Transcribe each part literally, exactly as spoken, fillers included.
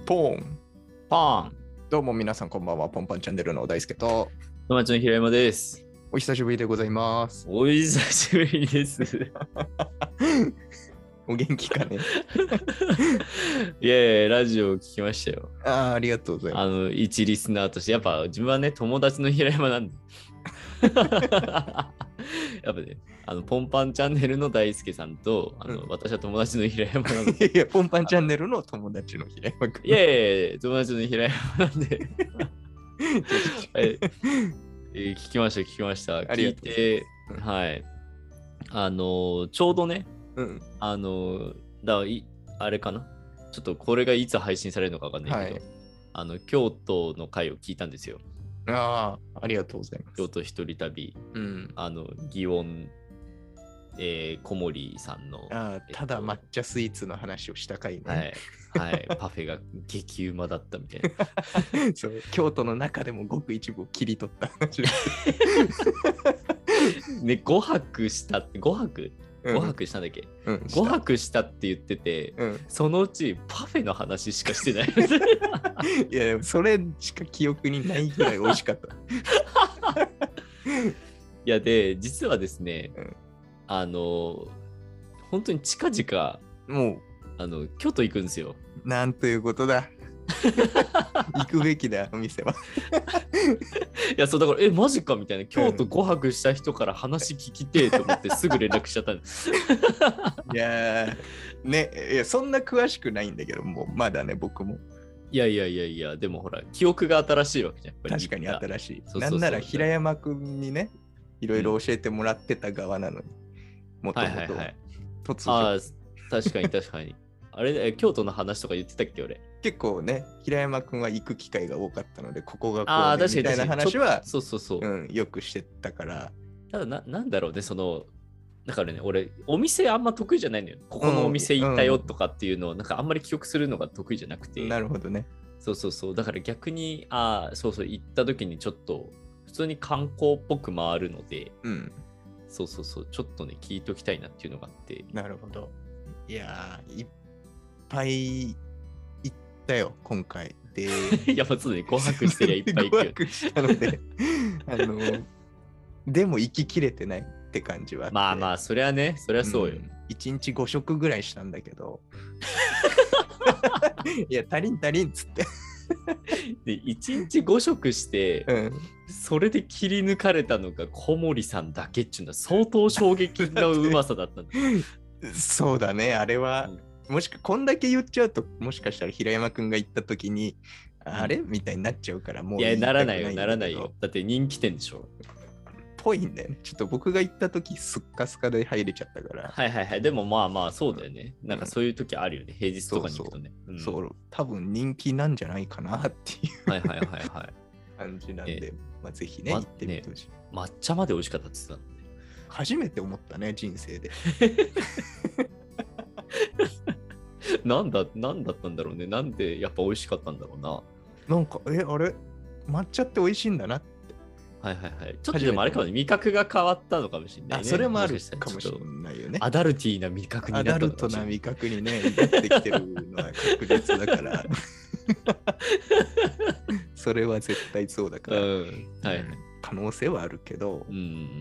ポーン。 パーン。 どうも皆さんこんばんは。ポンパンチャンネルの大輔と友達の平山です。 お久しぶりでございます。 お久しぶりです。 お元気かね。 いやいや、ラジオ聞きましたよ。 ああ、ありがとうございます。 あの、一リスナーとして、やっぱ自分はね、友達の平山なんで。やっぱね、あのポンパンチャンネルの大輔さんと、あの、うん、私は友達の平山なんで。 いや、ポンパンチャンネルの友達の平山君。 いやいやいや、友達の平山なんで。ええー、聞きました、聞きました。聞いて、はい。あの、ちょうどね、うん、あの、だいあれかなちょっとこれがいつ配信されるのかわかんないけど、はい、あの、京都の回を聞いたんですよ。 ああ、ありがとうございます。 京都一人旅、うん、あの、祇園、えー、小森さんの。 あ、えっと、ただ抹茶スイーツの話をした回ね。 はい。はい、パフェが激うまだったみたいな。 そう、京都の中でもごく一部を切り取った話。 ね、ごはくしたって、ごはくごはくしたんだっけ、うん、ごはくしたって言ってて、うん、そのうちパフェの話しかしてない。 いや、それしか記憶にないぐらい美味しかった。 いや、で、実はですね、うん、あの、本当に近々、もう、あの、京都行くんですよ。 なんということだ。行くべきだ、お店は。 いや、そうだから、え、マジかみたいな、京都ごはくした人から話聞きてえと思ってすぐ連絡しちゃったんです。 いやー、ね、いや、そんな詳しくないんだけど、もうまだね、僕も。 いやいやいやいや、でもほら、記憶が新しいわけじゃん。やっぱり確かに新しい。そうそうそう、なんなら平山くんにね、いろいろ教えてもらってた側なのに、もともと突如。ああ、確かに確かに。あれ、京都の話とか言ってたっけ、俺。 結構ね、平山くんは行く機会が多かったので、ここがこう、ね、みたいな話は、 そうそうそう、 うん、よくしてたから。 ただな、なんだろうね、その、だからね、俺、お店あんま得意じゃないのよ。ここのお店行ったよとかっていうのを、うん、なんかあんまり記憶するのが得意じゃなくて。 なるほどね。 そうそうそう。だから逆に、ああ、そうそう、行った時にちょっと、普通に観光っぽく回るので、うん、そうそうそう、ちょっとね、聞いときたいなっていうのがあって。 なるほど。いやー、いっぱい行ったよ、今回。で、 やっぱそうね、ごはくしてりゃいっぱい行くよ。 ごはくしたので、あの、でも行ききれてないって感じはあって。 まあまあ、そりゃね、そりゃそうよ。うん、 いちにちご食ぐらいしたんだけど、いや、足りん足りんっつって。 でいちにちご食して、うん、それで切り抜かれたのが小森さんだけっちゅうのは相当衝撃のうまさだったんだ。 そうだね、あれは、うん、もしかこんだけ言っちゃうと、もしかしたら平山くんが言った時に、うん、あれみたいになっちゃうから、もういや、ならないよ、ならないよ。だって人気店でしょ。 ぽいんだよね。ちょっと僕が行った時すっかすかで入れちゃったから。 はいはいはい。でもまあまあそうだよね。なんかそういう時あるよね。平日とかに行くとね。 そうそう、うん、そう、多分人気なんじゃないかなっていうはいはいはいはい感じなんで、まあ、ぜひね、 ま、 行ってみてほしい、 ね。抹茶まで美味しかったって言ってたのね。 初めて思ったね、人生で。 なんだ、なんだったんだろうね。なんでやっぱ美味しかったんだろうな。 なんか、え、あれ抹茶って美味しいんだなって。 はいはいはい。ちょっとでもあれかもね、味覚が変わったのかもしれないね。 あ、それもあるかもしれないよね。 アダルティーな味覚になったアダルトな味覚にね、なってきてるのは確実だから。それは絶対そうだから。うん、はい、可能性はあるけど、うん、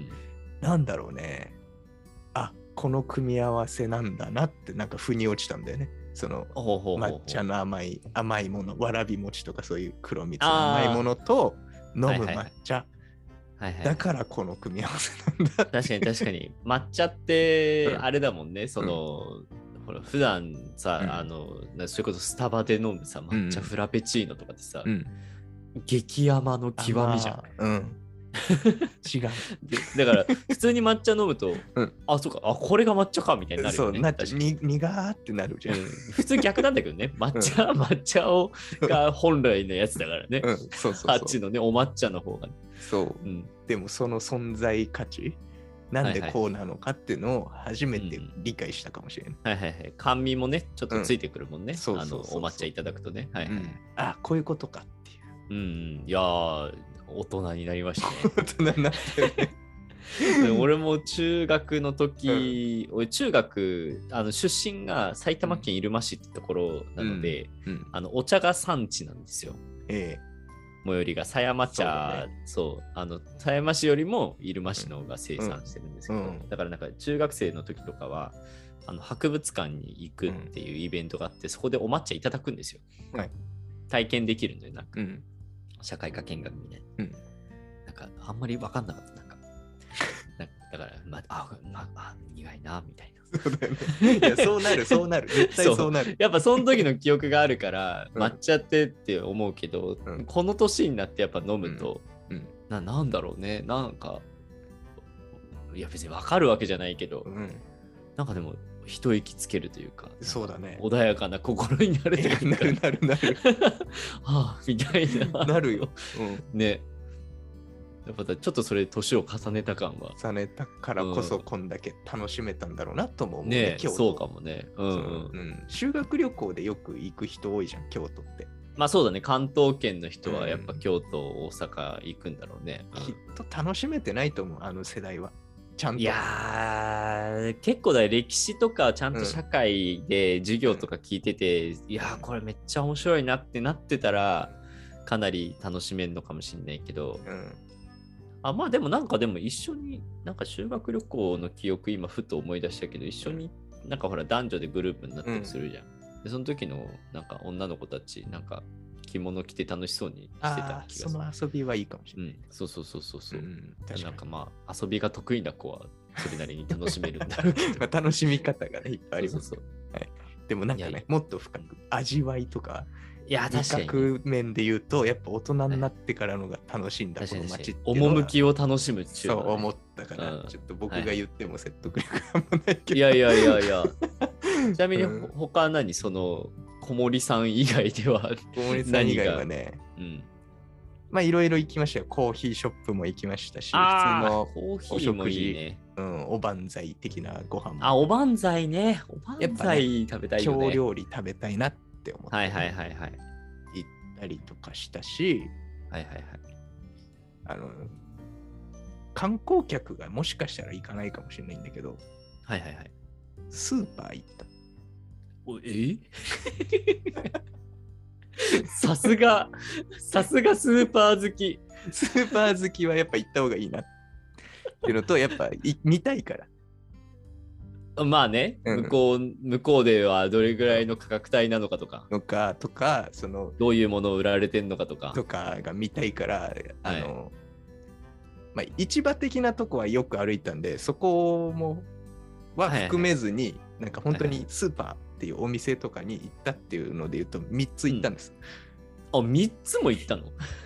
なんだろうね。あ、この組み合わせなんだなってなんか腑に落ちたんだよね。そのほうほうほうほう、 抹茶の甘い甘いもの、わらび餅とかそういう黒蜜の甘いものと飲む抹茶。はいはいはいはい、だからこの組み合わせなんだ。 確かに確かに。抹茶ってあれだもんね。うん、その、うん、ほら普段さ、うん、あの、それこそスタバで飲むさ、抹茶フラペチーノとかってさ、うん、激甘の極みじゃん。うん。 違うだから普通に抹茶飲むと、うん、あ、そうか、あ、これが抹茶かみたいになるよね。 そうなっちゃう。に苦ーってなるじゃん。うん、 普通逆なんだけどね。抹茶、うん、抹茶をが本来のやつだからね。うん、そうそうそう、あっちのね、お抹茶の方が、ね。 そう、うん。でもその存在価値、なんでこうなのかっていうのを初めて理解したかもしれない。 はいはいはい。甘味もね、ちょっとついてくるもんね。うん、そうそうそうそう、あのお抹茶いただくとね。はいはい。うん、 あ、こういうことかっていう。 うん、いやー、大人になりましたね。 大人になってるね。 俺も中学の時、うん、俺中学あの出身が埼玉県入間市ってところなので、うんうん、あのお茶が産地なんですよ。ええ、最寄りが狭山茶、そう、ね、そうあの狭山市よりも入間市の方が生産してるんですけど、うん、だからなんか中学生の時とかはあの博物館に行くっていうイベントがあって、そこでお抹茶いただくんですよ。はい、体験できるんで、なんか、うん、社会科見学みたいな、うん、なんかあんまり分かんなかった。なんかだから、まあ、まあ、苦いなみたいな。 そうだよね。いや、そうなる、そうなる。絶対そうなる。 やっぱその時の記憶があるから、うん、抹茶ってって思うけど、うん、この年になってやっぱ飲むと、うんうん、な, なんだろうね、なんか、いや別に分かるわけじゃないけど、うん、なんかでも、一息つけるというか、 そうだね。 穏やかな心になるというか、 なるなるなる。 はあ、みたいな。 なるよ。 うん、ね。やっぱちょっとそれ年を重ねた感は重ねたからこそこんだけ楽しめたんだろうなとも思うね、 ね、京都。そうかもね、うんうんうん、 修学旅行でよく行く人多いじゃん、京都って。 まあそうだね、関東圏の人はやっぱ京都、うん、大阪行くんだろうね、 うん、きっと楽しめてないと思う、あの世代は。ちゃんと。 いやー、結構だ、歴史とかちゃんと社会で授業とか聞いてて、うん、いやーこれめっちゃ面白いなってなってたらかなり楽しめるのかもしれないけど、うん、あ、まあでもなんかでも一緒になんか修学旅行の記憶今ふと思い出したけど、一緒になんかほら男女でグループになったりするじゃん、うん、でその時のなんか女の子たちなんか着物着て楽しそうにしてた気がする。 その遊びはいいかもしれない、うん、 そうそうそうそうそう、うん、なんかまあ遊びが得意な子はそれなりに楽しめるんだろうけどまあ楽しみ方がねいっぱいあります。そうそうそう、はい、でもなんかねいやいやもっと深く味わいとか、 いや確かに、ね、 味覚面で言うとやっぱ大人になってからのが楽しいんだ、はい、この街っていうのは趣を楽しむっていうのは、 ね、そう思ったから、うん、ちょっと僕が言っても説得力あんまないけど、 いやいやいやいやちなみに、うん、他は何その小森さん以外では小森さん以外はね、うん、まあいろいろ行きましたよ。コーヒーショップも行きましたし、普通のお食事、いいね、うん、おばんざい的なご飯も。 あ、おばんざいね。おばんざい食べたいよね。 京料理食べたいなって思って、 はいはいはいはい、 行ったりとかしたし、 はいはいはい。 あの観光客がもしかしたら行かないかもしれないんだけど、 はいはいはい。 スーパー行った。 おえさすが、さすがスーパー好き。 スーパー好きはやっぱ行った方がいいなっていうのと、やっぱ見たいから。 まあね、うん、向こう、向こうではどれぐらいの価格帯なのかとか。 のかとか、その、 どういうものを売られてんのかとか。 とかが見たいから、あの、はい、まあ、市場的なとこはよく歩いたんで、そこもは含めずに、はいはいはい、なんか本当にスーパーっていうお店とかに行ったっていうので言うとみっつ行ったんです。 うん、あ、みっつも行ったの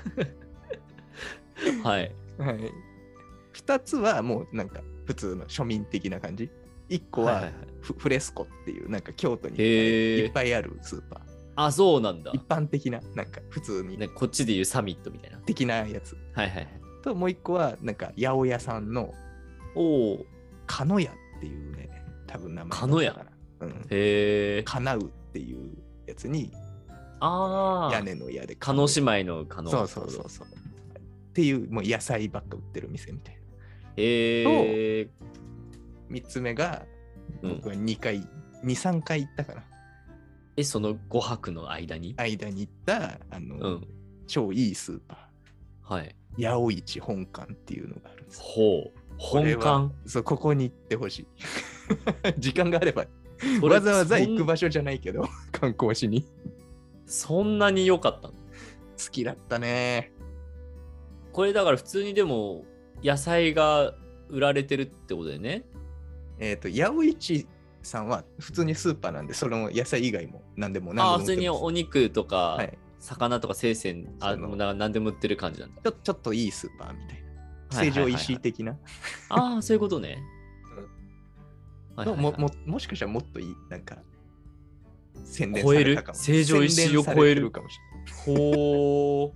はい。 はい。ふたつはもうなんか普通の庶民的な感じ。いっこは フ,、はいはいはい、フレスコっていうなんか京都にいっぱいあるスーパー。 あ、そうなんだ。 一般的な、なんか普通に。 ね、こっちでいうサミットみたいな。 的なやつ。 はいはいはい。 ともういっこはなんか八百屋さんのおかのやっていうね、多分名前かのや。 うん、 へえ。 かなうっていうやつに、 ああ。 屋根の屋で。 かの姉妹のかの。 そうそうそうそう。っていうもう野菜ばっか売ってる店みたいな。 へえ。とみっつめが僕はにかい、うん、にさんかい行ったかな。 え、そのごはくの間に間に行ったあの、うん、超いいスーパー。はい。 八百市本館っていうのがあるんです。 ほう。本館。 そう、ここに行ってほしい。時間があれば。わざわざ行く場所じゃないけど、観光しに。 そんなに良かったの？ 好きだったね。 これだから普通にでも野菜が売られてるってことだよね。 えっと、八百市さんは普通にスーパーなんで、その野菜以外も何でも何でも売ってます。あ、 普通にお肉とか、はい、魚とか生鮮、あの何でも売ってる感じなんだ。 ちょ、ちょっといいスーパーみたいな。成城石井的な。 ああ、そういうことね。 も, も, もしかしたらもっといい、なんか、宣伝されたかも。 成城石井を超えるかもしれない。 ほ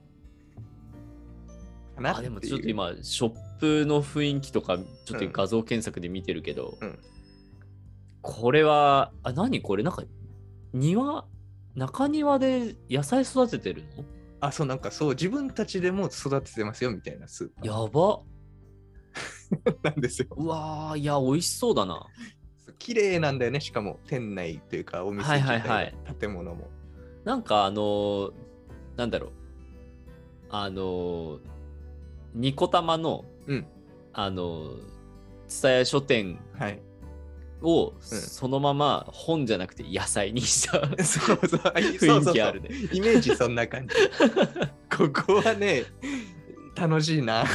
ー。あ、でもちょっと今、ショップの雰囲気とか、ちょっと画像検索で見てるけど、うんうん、これは、あ、何これなんか、庭、中庭で野菜育ててるの？ あ、そう、なんかそう、自分たちでも育ててますよみたいなスーパー。 やば。 なんですよ。 うわー、いや、美味しそうだな。 綺麗なんだよね、しかも店内というかお店自体、はいはいはい、建物も。 なんかあのー、なんだろう。あのー、ニコタマの、うん、あの蔦屋書店をそのまま本じゃなくて野菜にした雰囲気あるね。 イメージそんな感じ。ここはね、楽しいな。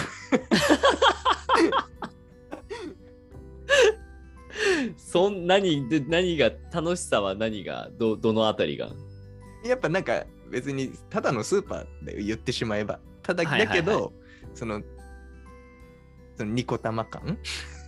そん何で何が楽しさは何が ど, どのあたりがやっぱなんか別にただのスーパーで言ってしまえばただだけど、はいはいはい、そのそのニコタマ感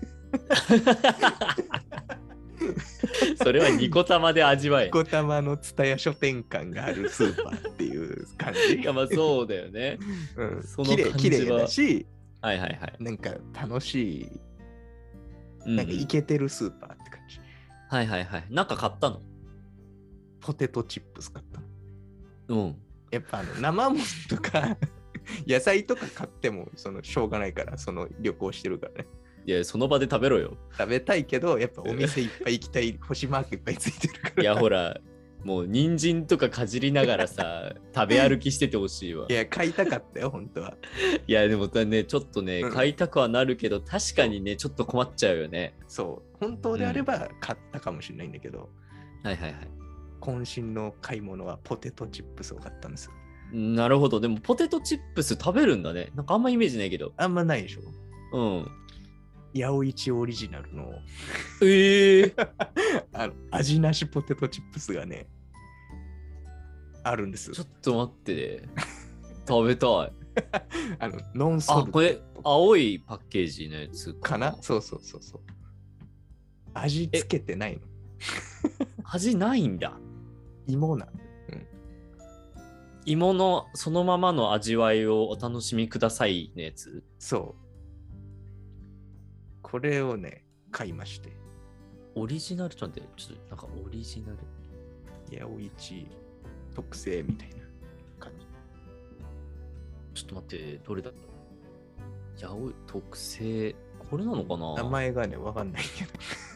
それはニコタマで味わえ。 ニコタマの蔦屋書店感があるスーパーっていう感じ。 いやまあそうだよね。 うん、その感じは綺麗だし、 はいはいはい。 なんか楽しい、なんかイケてるスーパーって感じ。 うん、はいはいはい。なんか買ったの？ ポテトチップス買ったの。うん。 やっぱあの生ものとか野菜とか買ってもそのしょうがないから、その旅行してるからね。 いや、その場で食べろよ。 食べたいけど、やっぱお店いっぱい行きたい、星マークいっぱいついてるから。 いや、ほら、もう人参とかかじりながらさ、食べ歩きしててほしいわ。 いや、買いたかったよ、本当は。 いや、でもね、ちょっとね、うん、買いたくはなるけど、確かにね、ちょっと困っちゃうよね。 そう、本当であれば買ったかもしれないんだけど、 うん、はいはいはい。 渾身の買い物はポテトチップスを買ったんですよ。 なるほど。でもポテトチップス食べるんだね。なんかあんまイメージないけど。 あんまないでしょ。 うん。 八百一オリジナルのえー、 あの味なしポテトチップスがね、あるんです。 ちょっと待って、食べたい。 あのノンソルト。 あ、これ青いパッケージのやつかな？そうそうそうそう。味つけてないの。 味ないんだ。 芋なんだ。うん。 芋のそのままの味わいをお楽しみくださいのやつ。 そう。これをね、買いまして。 オリジナルちょっと待って、ちょっとなんかオリジナル。 八百一特製みたいな感じ。 ちょっと待って、どれだ？八百特製、これなのかな？ 名前がね、わかんないけど。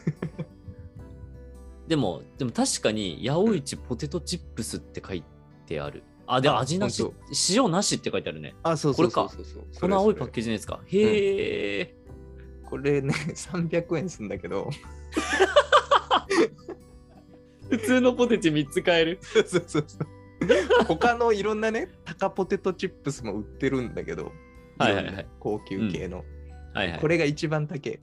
でも、でも確かに八百一ポテトチップスって書いてある。あ、で、味なし、塩なしって書いてあるね。 あ、そうそうそうそうそう。これか。この青いパッケージのやつか。へえ、 うん。これね、さんびゃくえんするんだけど。 普通のポテチみっつ買える。 そうそうそう。他のいろんなね、タカポテトチップスも売ってるんだけど、 はいはいはい、 高級系の、 うんはいはい。 これが一番高い。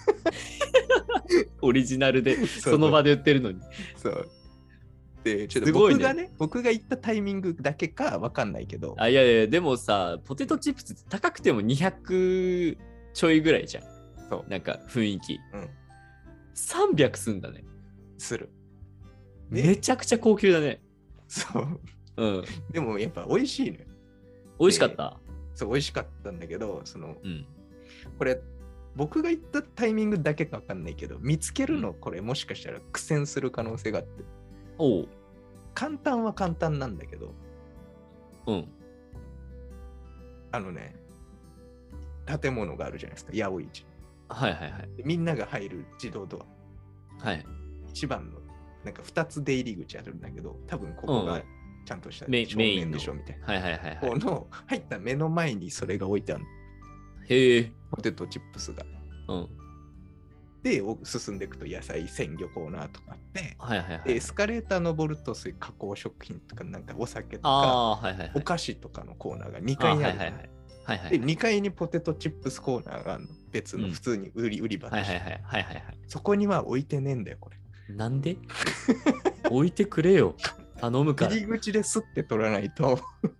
オリジナルでその場で売ってるのに。 そう。で、ちょっと僕がね、ね僕が行ったタイミングだけかわかんないけど。 あ、いやいや、でもさ、ポテトチップスって高くてもにひゃくちょいぐらいじゃん。そう。なんか雰囲気。うん。さんびゃくすんだね。 する。 めちゃくちゃ高級だね。 そう。 うん。 でもやっぱ美味しいね。 美味しかった。 そう、美味しかったんだけど、その、 うん、 これ、僕が行ったタイミングだけかわかんないけど、見つけるのこれもしかしたら苦戦する可能性があって。 おう。 簡単は簡単なんだけど、 うん。 あのね、建物があるじゃないですか、八百一。 はいはいはい。 みんなが入る自動ドア。はい。 一番の、なんか二つ出入り口あるんだけど、多分ここがちゃんとした正面でしょみたいな。 はいはいはい、はい。 この入った目の前にそれが置いてあるの。 へえ。 ポテトチップスが。 うん。 で、進んでいくと野菜鮮魚コーナーとかあって、 はいはいはい、 でエスカレーター登るとそういう加工食品とかなんかお酒とか、 はいはいはい、 お菓子とかのコーナーがにかいにある。はいはいはいはいはい、 でにかいにポテトチップスコーナーがあるの、別の普通に売り、うん、売り場として、 はいはいはいはいはい、 そこには置いてねえんだよこれ。 なんで置いてくれよ、頼むから。 入り口ですって取らないと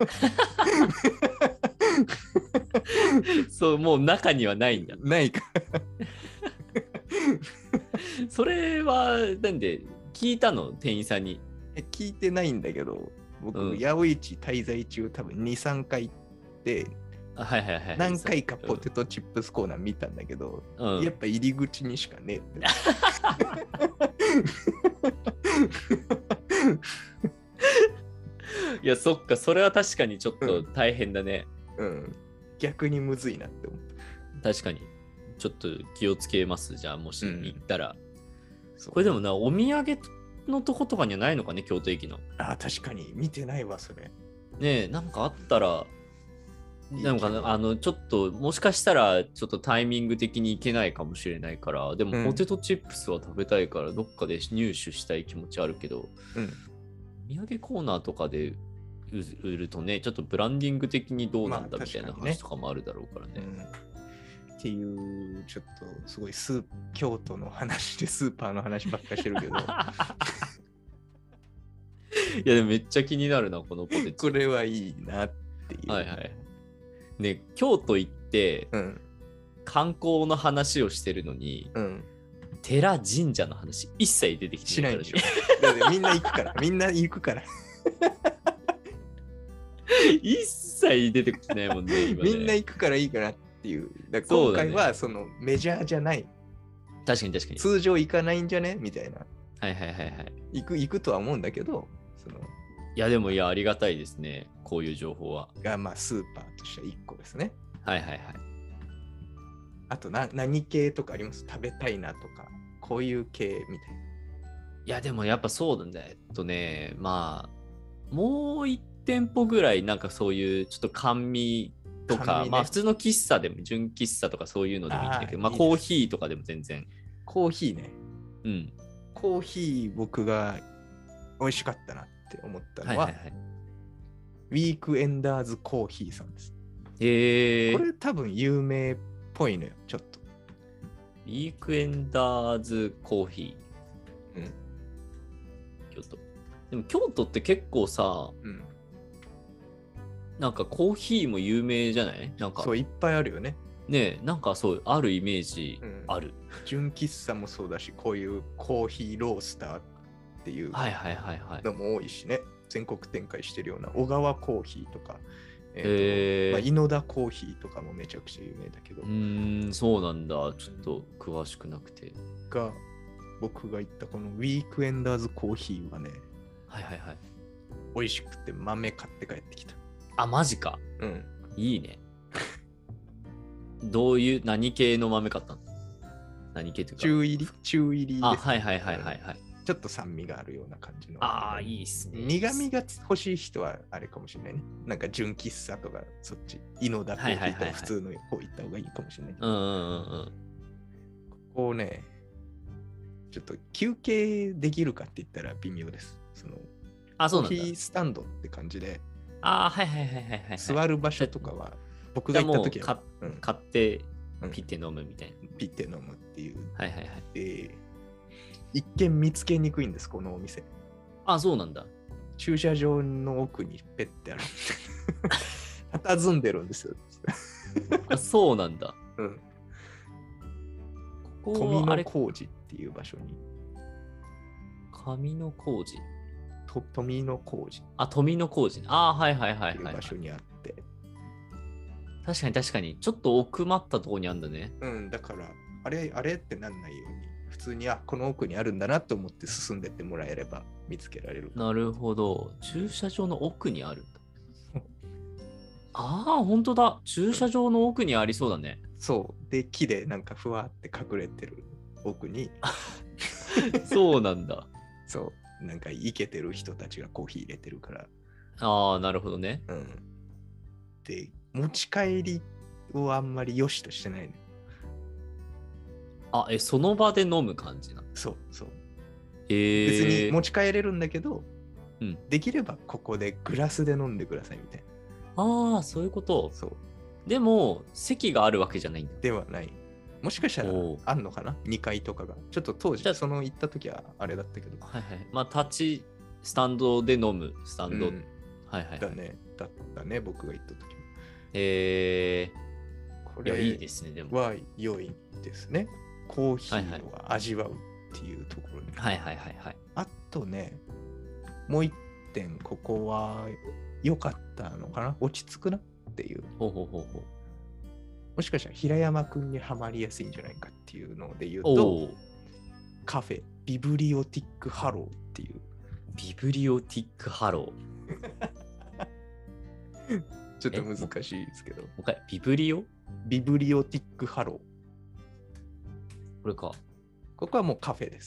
そう、もう中にはないんだ。 ないからそれはなんで聞いたの、店員さんに。 え聞いてないんだけど、僕、うん、八百一滞在中多分にさんかい行ってはいはいはい、 何回かポテトチップスコーナー見たんだけど、うん、やっぱ入り口にしかねえっていやそっか、それは確かにちょっと大変だね。 うん、うん、逆にむずいなって思った。 確かにちょっと気をつけます。じゃあもし行ったら、うん、これでもな、お土産のとことかにはないのかね、京都駅の。 あ、確かに見てないわそれ。 ねえ、なんかあったらなんかあのちょっともしかしたらちょっとタイミング的にいけないかもしれないから、でもポテトチップスは食べたいからどっかで入手したい気持ちあるけど、うん、土産コーナーとかで売るとね、ちょっとブランディング的にどうなんだみたいな話とかもあるだろうからね。まあね、 うん、っていうちょっとすごいスー京都の話でスーパーの話ばっかしてるけどいやでもめっちゃ気になるなこのポテト。 これはいいなっていう。 はいはい。ね、京都行って、うん、観光の話をしてるのに、うん、寺神社の話一切出てきてないからしないでしょ。だってみんな行くからみんな行くから一切出てきてないもん ね, 今ねみんな行くからいいかなっていう。だから今回はそのメジャーじゃない、 確かに確かに通常行かないんじゃねみたいな。 はいはいはいはい。 行く行くとは思うんだけど、そのいやでもいやありがたいですね、こういう情報は。 がまあスーパーとしてはいっこですね。 はいはいはい。 あとな何系とかあります？食べたいなとかこういう系みたいな。 いやでもやっぱそうだね。えっとねまあもういち店舗ぐらいなんかそういうちょっと甘味とか、ね、まあ普通の喫茶でも純喫茶とかそういうのでもいいんだけど、まあコーヒーとかでも全然。 コーヒーね。 うん。 コーヒー僕が美味しかったなって思ったのは、はいはいはい、ウィークエンダーズコーヒーさんです。 へえー。 これ多分有名っぽいのよ、ちょっと。 ウィークエンダーズコーヒー。うん。京都。でも京都って結構さ、うん、なんかコーヒーも有名じゃない？なんかそういっぱいあるよね。 ねえ、なんかそうあるイメージある。 うん、純喫茶もそうだし、こういうコーヒーロースターっていうのも多いしね。全国展開してるような小川コーヒーとか、えーとまあ、井の田コーヒーとかもめちゃくちゃ有名だけど。 うーん、そうなんだ。ちょっと詳しくなくて。 が、僕が言ったこのウィークエンダーズコーヒーはね、 はいはいはい。 美味しくて豆買って帰ってきた。 あ、マジか。 うん。 いいね。どういう、何系の豆買ったの？何系というか。 中入り中入りです、ね。 あ、はいはいはいはいはい。 ちょっと酸味があるような感じの。 ああ、いいっすね。 苦味が欲しい人はあれかもしれないね。なんか純喫茶とかそっち、井の田コーヒーとか普通の方行った方がいいかもしれない。 うんうんうんうん。ここね、ちょっと休憩できるかって言ったら微妙です。そのあ、そうなんだ。 コーヒースタンドって感じで。 ああ、はいはいはいはいはい、はい。 座る場所とかは、僕が行った時は、 うん、買ってピッて飲むみたいな。 うん、ピッて飲むっていう。 はいはいはい。 えー、一見見つけにくいんです、このお店。 あ、そうなんだ。 駐車場の奥にペッてある。佇んでるんですよ。 あ、そうなんだ。 うん。ここ富野小路っていう場所に。 上野小路と富野小路。 あ、富野小路。あ、はいはいはいはい。 っていう場所にあって。 確かに確かに。ちょっと奥まったところにあるんだね。 うん、だから、あれ、あれってなんないように、普通に、あ、この奥にあるんだなと思って進んでってもらえれば見つけられる。 なるほど。駐車場の奥にあるんだ。ああ、本当だ。駐車場の奥にありそうだね。 そう。で、木でなんかふわって隠れてる奥に。 そうなんだ。 そう。なんかイケてる人たちがコーヒー入れてるから。 ああ、なるほどね。 うん。で、持ち帰りをあんまり良しとしてないね。 あ、え、その場で飲む感じなの？ そうそう。 えー、 別に持ち帰れるんだけど、 うん、 できればここでグラスで飲んでくださいみたいな。 ああ、そういうこと。 そう。 でも、席があるわけじゃないんだ。 ではない。もしかしたらあんのかな ?に 階とかが。ちょっと当時、その行った時はあれだったけど。 はいはい。まあ、立ち、スタンドで飲む、スタンド。うん、はいはい、はい。 だね。だったね、僕が行った時は。 えー、これはいいですね、でも。 は良いですね。コーヒーを味わうっていうところに。 はいはいはいはい。 あとね、もう一点、ここは良かったのかな、落ち着くなっていう。 ほうほうほうほう。 もしかしたら平山くんにはまりやすいんじゃないかっていうので言うと、カフェ、ビブリオティックハローっていう。 ビブリオティックハロー。ちょっと難しいですけど。 もう一回、ビブリオビブリオティックハロー。 これか。 ここはもうカフェです。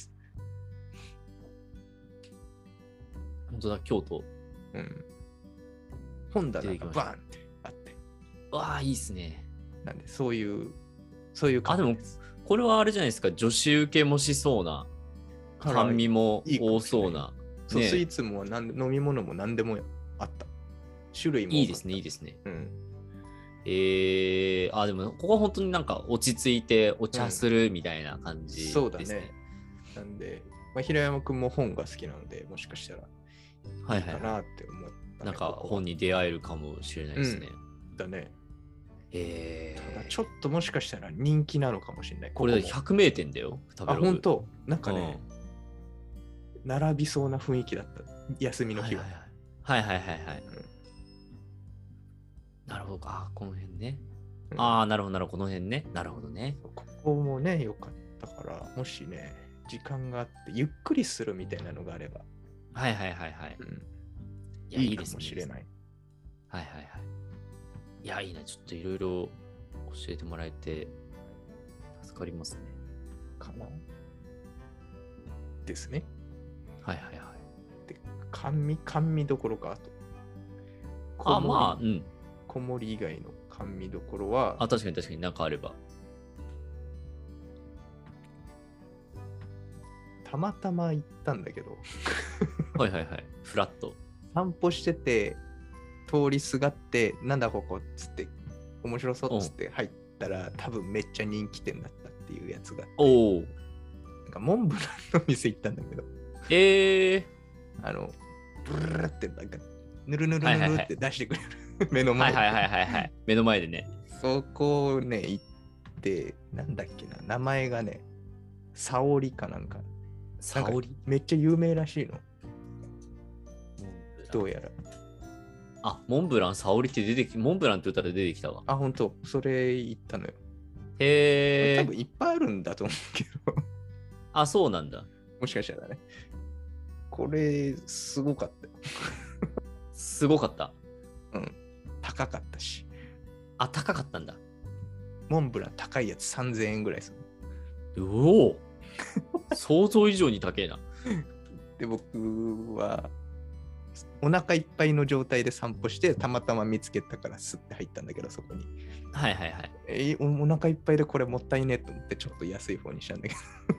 本当だ、京都。 うん。本棚がバーンってあって。 わあ、いいっすね。 なんで、そういう、そういうカフェです。 あ、でも、これはあれじゃないですか、女子受けもしそうな、甘味も多そうな。 そう、ね、スイーツもなん飲み物も何でもあった。種類も多かった。 いいですね、いいですね。 うん。 えー、あ、でも、ここは本当になんか落ち着いてお茶するみたいな感じですね。うん、そうだね。 なんで、まあ、平山くんも本が好きなので、もしかしたらいいかなって思った、ね、はいはいはい、 なんか本に出会えるかもしれないですね。 うん、だね。 えー、 ただちょっともしかしたら人気なのかもしれない。 これひゃく名店だよ。 食べログ。あ、本当。なんかね、うん、並びそうな雰囲気だった。休みの日は。 はいはいはいはいはい、はい、うん、なるほど。あ、この辺ね。うん、ああ、なるほどなるほど。この辺ね。なるほどね。 ここもね、よかったから、もしね、時間があってゆっくりするみたいなのがあれば。 はいはいはいはい。うん、 いや、いいかもしれない。 はいはいはい。いや、いいな。ちょっといろいろ教えてもらえて助かりますね。 かなですね。 はいはいはい。 で、甘味、甘味どころか、あと。 あ、まあ、うん。 小盛以外の甘味どころは。 あ、確かに確かになんかあれば。 たまたま行ったんだけど。 はいはいはい。フラット。 散歩してて、通りすがって、なんだここっつって、面白そうっつって入ったら、多分めっちゃ人気店だったっていうやつがあって。 おお。 なんかモンブランの店行ったんだけど。 ええー。 あの、ブルルってなんか、ぬるぬるぬるって出してくれる。はいはいはい、目の前で。 はいはいはいはい。目の前でね。 そこをね、行って、なんだっけな、名前がね、沙織かなんか。 沙織めっちゃ有名らしいの。どうやら。 あ、モンブラン沙織って出てき、モンブランって言ったら出てきたわ。 あ、ほんと、それ言ったのよ。 へえ。 多分いっぱいあるんだと思うけど。 あ、そうなんだ。 もしかしたらね。これ、すごかったよ。 すごかった。 うん。高かったし。 あ、高かったんだ。 モンブラン高いやつさんぜんえんぐらいする。 おお想像以上に高えな。 で、僕は、お腹いっぱいの状態で散歩して、たまたま見つけたからスッて入ったんだけど、そこに。 はいはいはい。 えー、お, お腹いっぱいでこれもったいねと思って、ちょっと安い方にしたんだけど。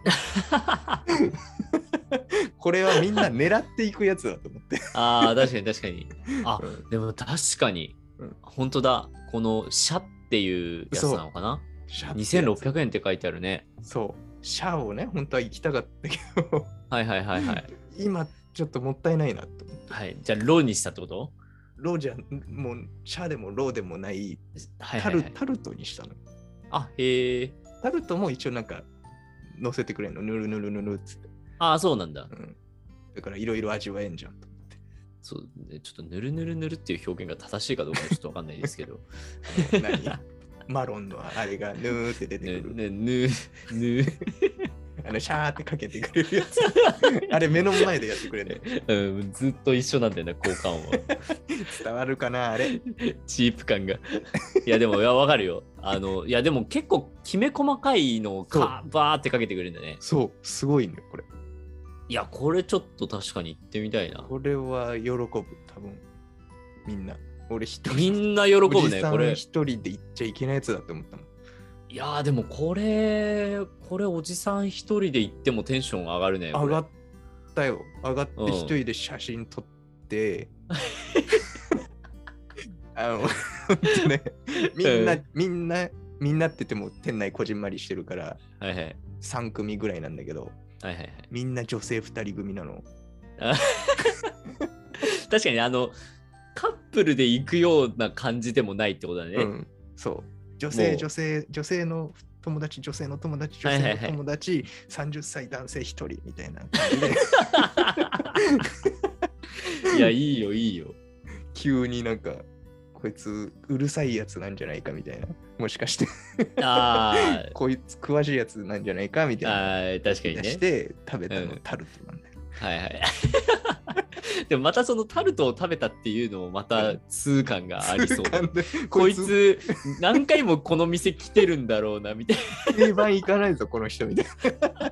これはみんな狙っていくやつだと思って。 ああ、確かに確かに。あ、うん、でも確かに、うん、本当だ。このシャっていうやつなのかな？にせんろっぴゃくえんって書いてあるね。 そう。シャをね、本当は行きたかったけど。 はいはいはいはい。 今、ちょっともったいないなと思って。 はい。じゃあ、ローにしたってこと？ ローじゃ、もう、シャでもローでもない、はいはいはい、タル、タルトにしたの。 あ、へえ。 タルトも一応なんか、乗せてくれんの。ぬるぬるぬるっつって。 ああ、そうなんだ。 うん。だから、いろいろ味わえんじゃんと思って。 そう、ね、ちょっとぬるぬるぬるっていう表現が正しいかどうかちょっとわかんないですけど。 何マロンのあれがぬーって出てくる。 ね、ね、ぬー、ぬー。 あのシャーってかけてくれるやつ。あれ目の前でやってくれるの、うん。ずっと一緒なんだよな、交換は。 伝わるかな、あれ。 チープ感が。いや、でも、いや、わかるよ。あの、いや、でも結構きめ細かいのをカーバーってかけてくれるんだね。 そう、すごいね、これ。 いや、これちょっと確かに行ってみたいな。 これは喜ぶ、多分。みんな。俺一人。 みんな喜ぶね、これ。 一人で行っちゃいけないやつだって思ったもん。 いやーでもこれ、これおじさん一人で行ってもテンション上がるね。 上がったよ。上がって一人で写真撮って、うん、あの、ほんとね、みんな、うん、みんな、みんなって言っても店内こじんまりしてるから、 はいはい、 さん組ぐらいなんだけど、 はいはいはい、 みんな女性ふたり組なの。 確かにあの、カップルで行くような感じでもないってことだね。 うん、そう。女性、女性、女性の友達、女性の友達、女性の友達、はいはいはい、さんじゅっさい男性ひとりみたいな感じで。いや、いいよ、いいよ。 急になんか、こいつうるさいやつなんじゃないかみたいな。もしかしてあこいつ詳しいやつなんじゃないかみたいな。 あ確かにね。 して食べたのタルトなんだよ。 うん、はいはい。 でもまたそのタルトを食べたっていうのもまた痛感がありそうだ。こいつ何回もこの店来てるんだろうなみたいな。定番行かないぞこの人みたいな。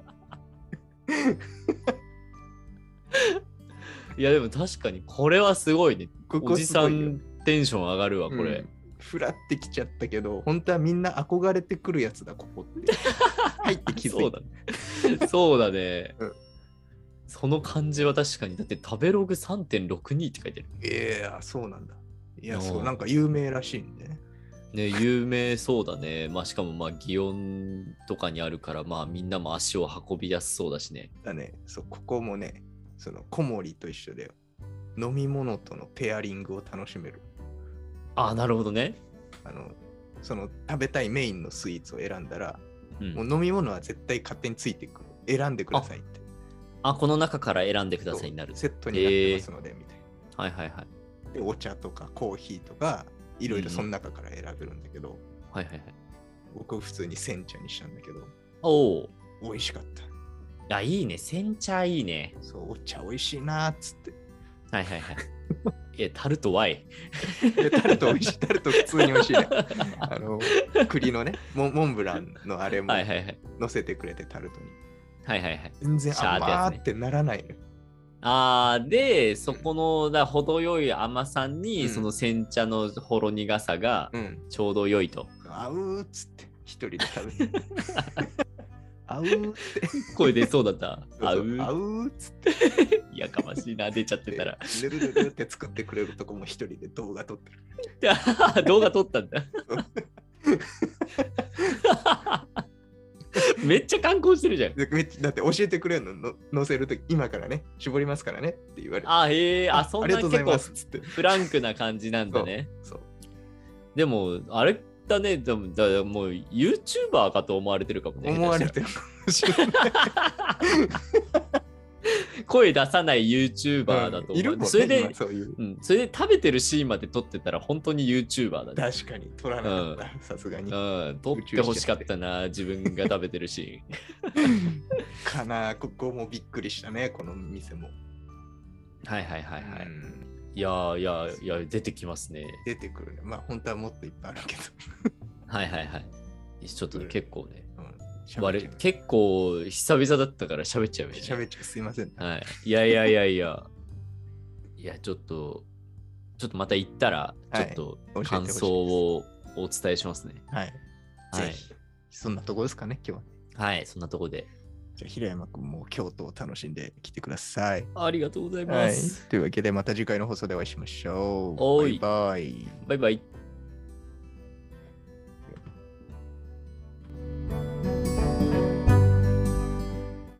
いやでも確かにこれはすごいね。ここおじさんテンション上がるわこれ。うん、 フラってきちゃったけど本当はみんな憧れてくるやつだここって。入って気づいた。 そうだね。そうだね。うん、その感じは確かにだって食べログ さんてんろくに って書いてる。 いやそうなんだ。いやそうなんか有名らしいんでね。 ね、有名そうだね。まあしかもまあ祇園とかにあるからまあみんなも足を運びやすそうだしね。 だね。そうここもね、その小森と一緒で飲み物とのペアリングを楽しめる。 ああなるほどね。 あのその食べたいメインのスイーツを選んだら、うん、もう飲み物は絶対勝手についてくる。選んでくださいって。 あ、あこの中から選んでくださいになる。 セットになってますので、えー、みたいな。はいはいはい。 でお茶とかコーヒーとかいろいろその中から選べるんだけど、うん、 はいはいはい。 僕普通に煎茶にしたんだけど、 おお、 美味しかった。 あ、いいね。煎茶いいね。 そう、お茶美味しいなーっつって。 はいはいはい。え、タルトワイ。 タルト美味しい。タルト普通に美味しいね。あの、栗のね、モン、モンブランのあれも乗せてくれて、タルトに。 はいはいはい。 全然甘ーってならないの、ね。 あーで、そこのだ程よい甘さに、うん、その煎茶のほろ苦さがちょうど良いと。 うん、あうーっつって一人で食べて。あうーって声出そうだった。 あうーあうーっつってやかましいな出ちゃってたらぬるぬるって作ってくれるとこも一人で動画撮ってる。動画撮ったんだ。めっちゃ観光してるじゃん。 めっちゃだって教えてくれるのの載せるとき今からね絞りますからねって言われて。 あへえあそんな結構つってフランクな感じなんだね。 そうそうでもあれだね、でもだもう YouTuber かと思われてるかもね。 思われてるかもしれない。 声出さない YouTuber だと思う。うん、いるもんね、それでそういう、うん、それで食べてるシーンまで撮ってたら本当に YouTuber だね。 確かに撮らなかった、さすがに。 うん、撮ってほしかったな、自分が食べてるシーン。かな、ここもびっくりしたね、この店も。 はいはいはいはい。うんいやいやいや出てきますね。 出てくるね。まあ本当はもっといっぱいあるけど。 はいはいはい。ちょっと結構ね。うん、れ結構久々だったから喋っちゃうし、 ね。喋っちゃうすいません、ね。 はい。いやいやいやいや。いやちょっとちょっとまた行ったらちょっと感想をお伝えしますね。 はい。はい。ぜひそんなとこですかね今日は。はいそんなとこで。 じゃあ平山くんも京都を楽しんできてください。 ありがとうございます。 はい、というわけでまた次回の放送でお会いしましょう。 おバイバイ。 バイバイ。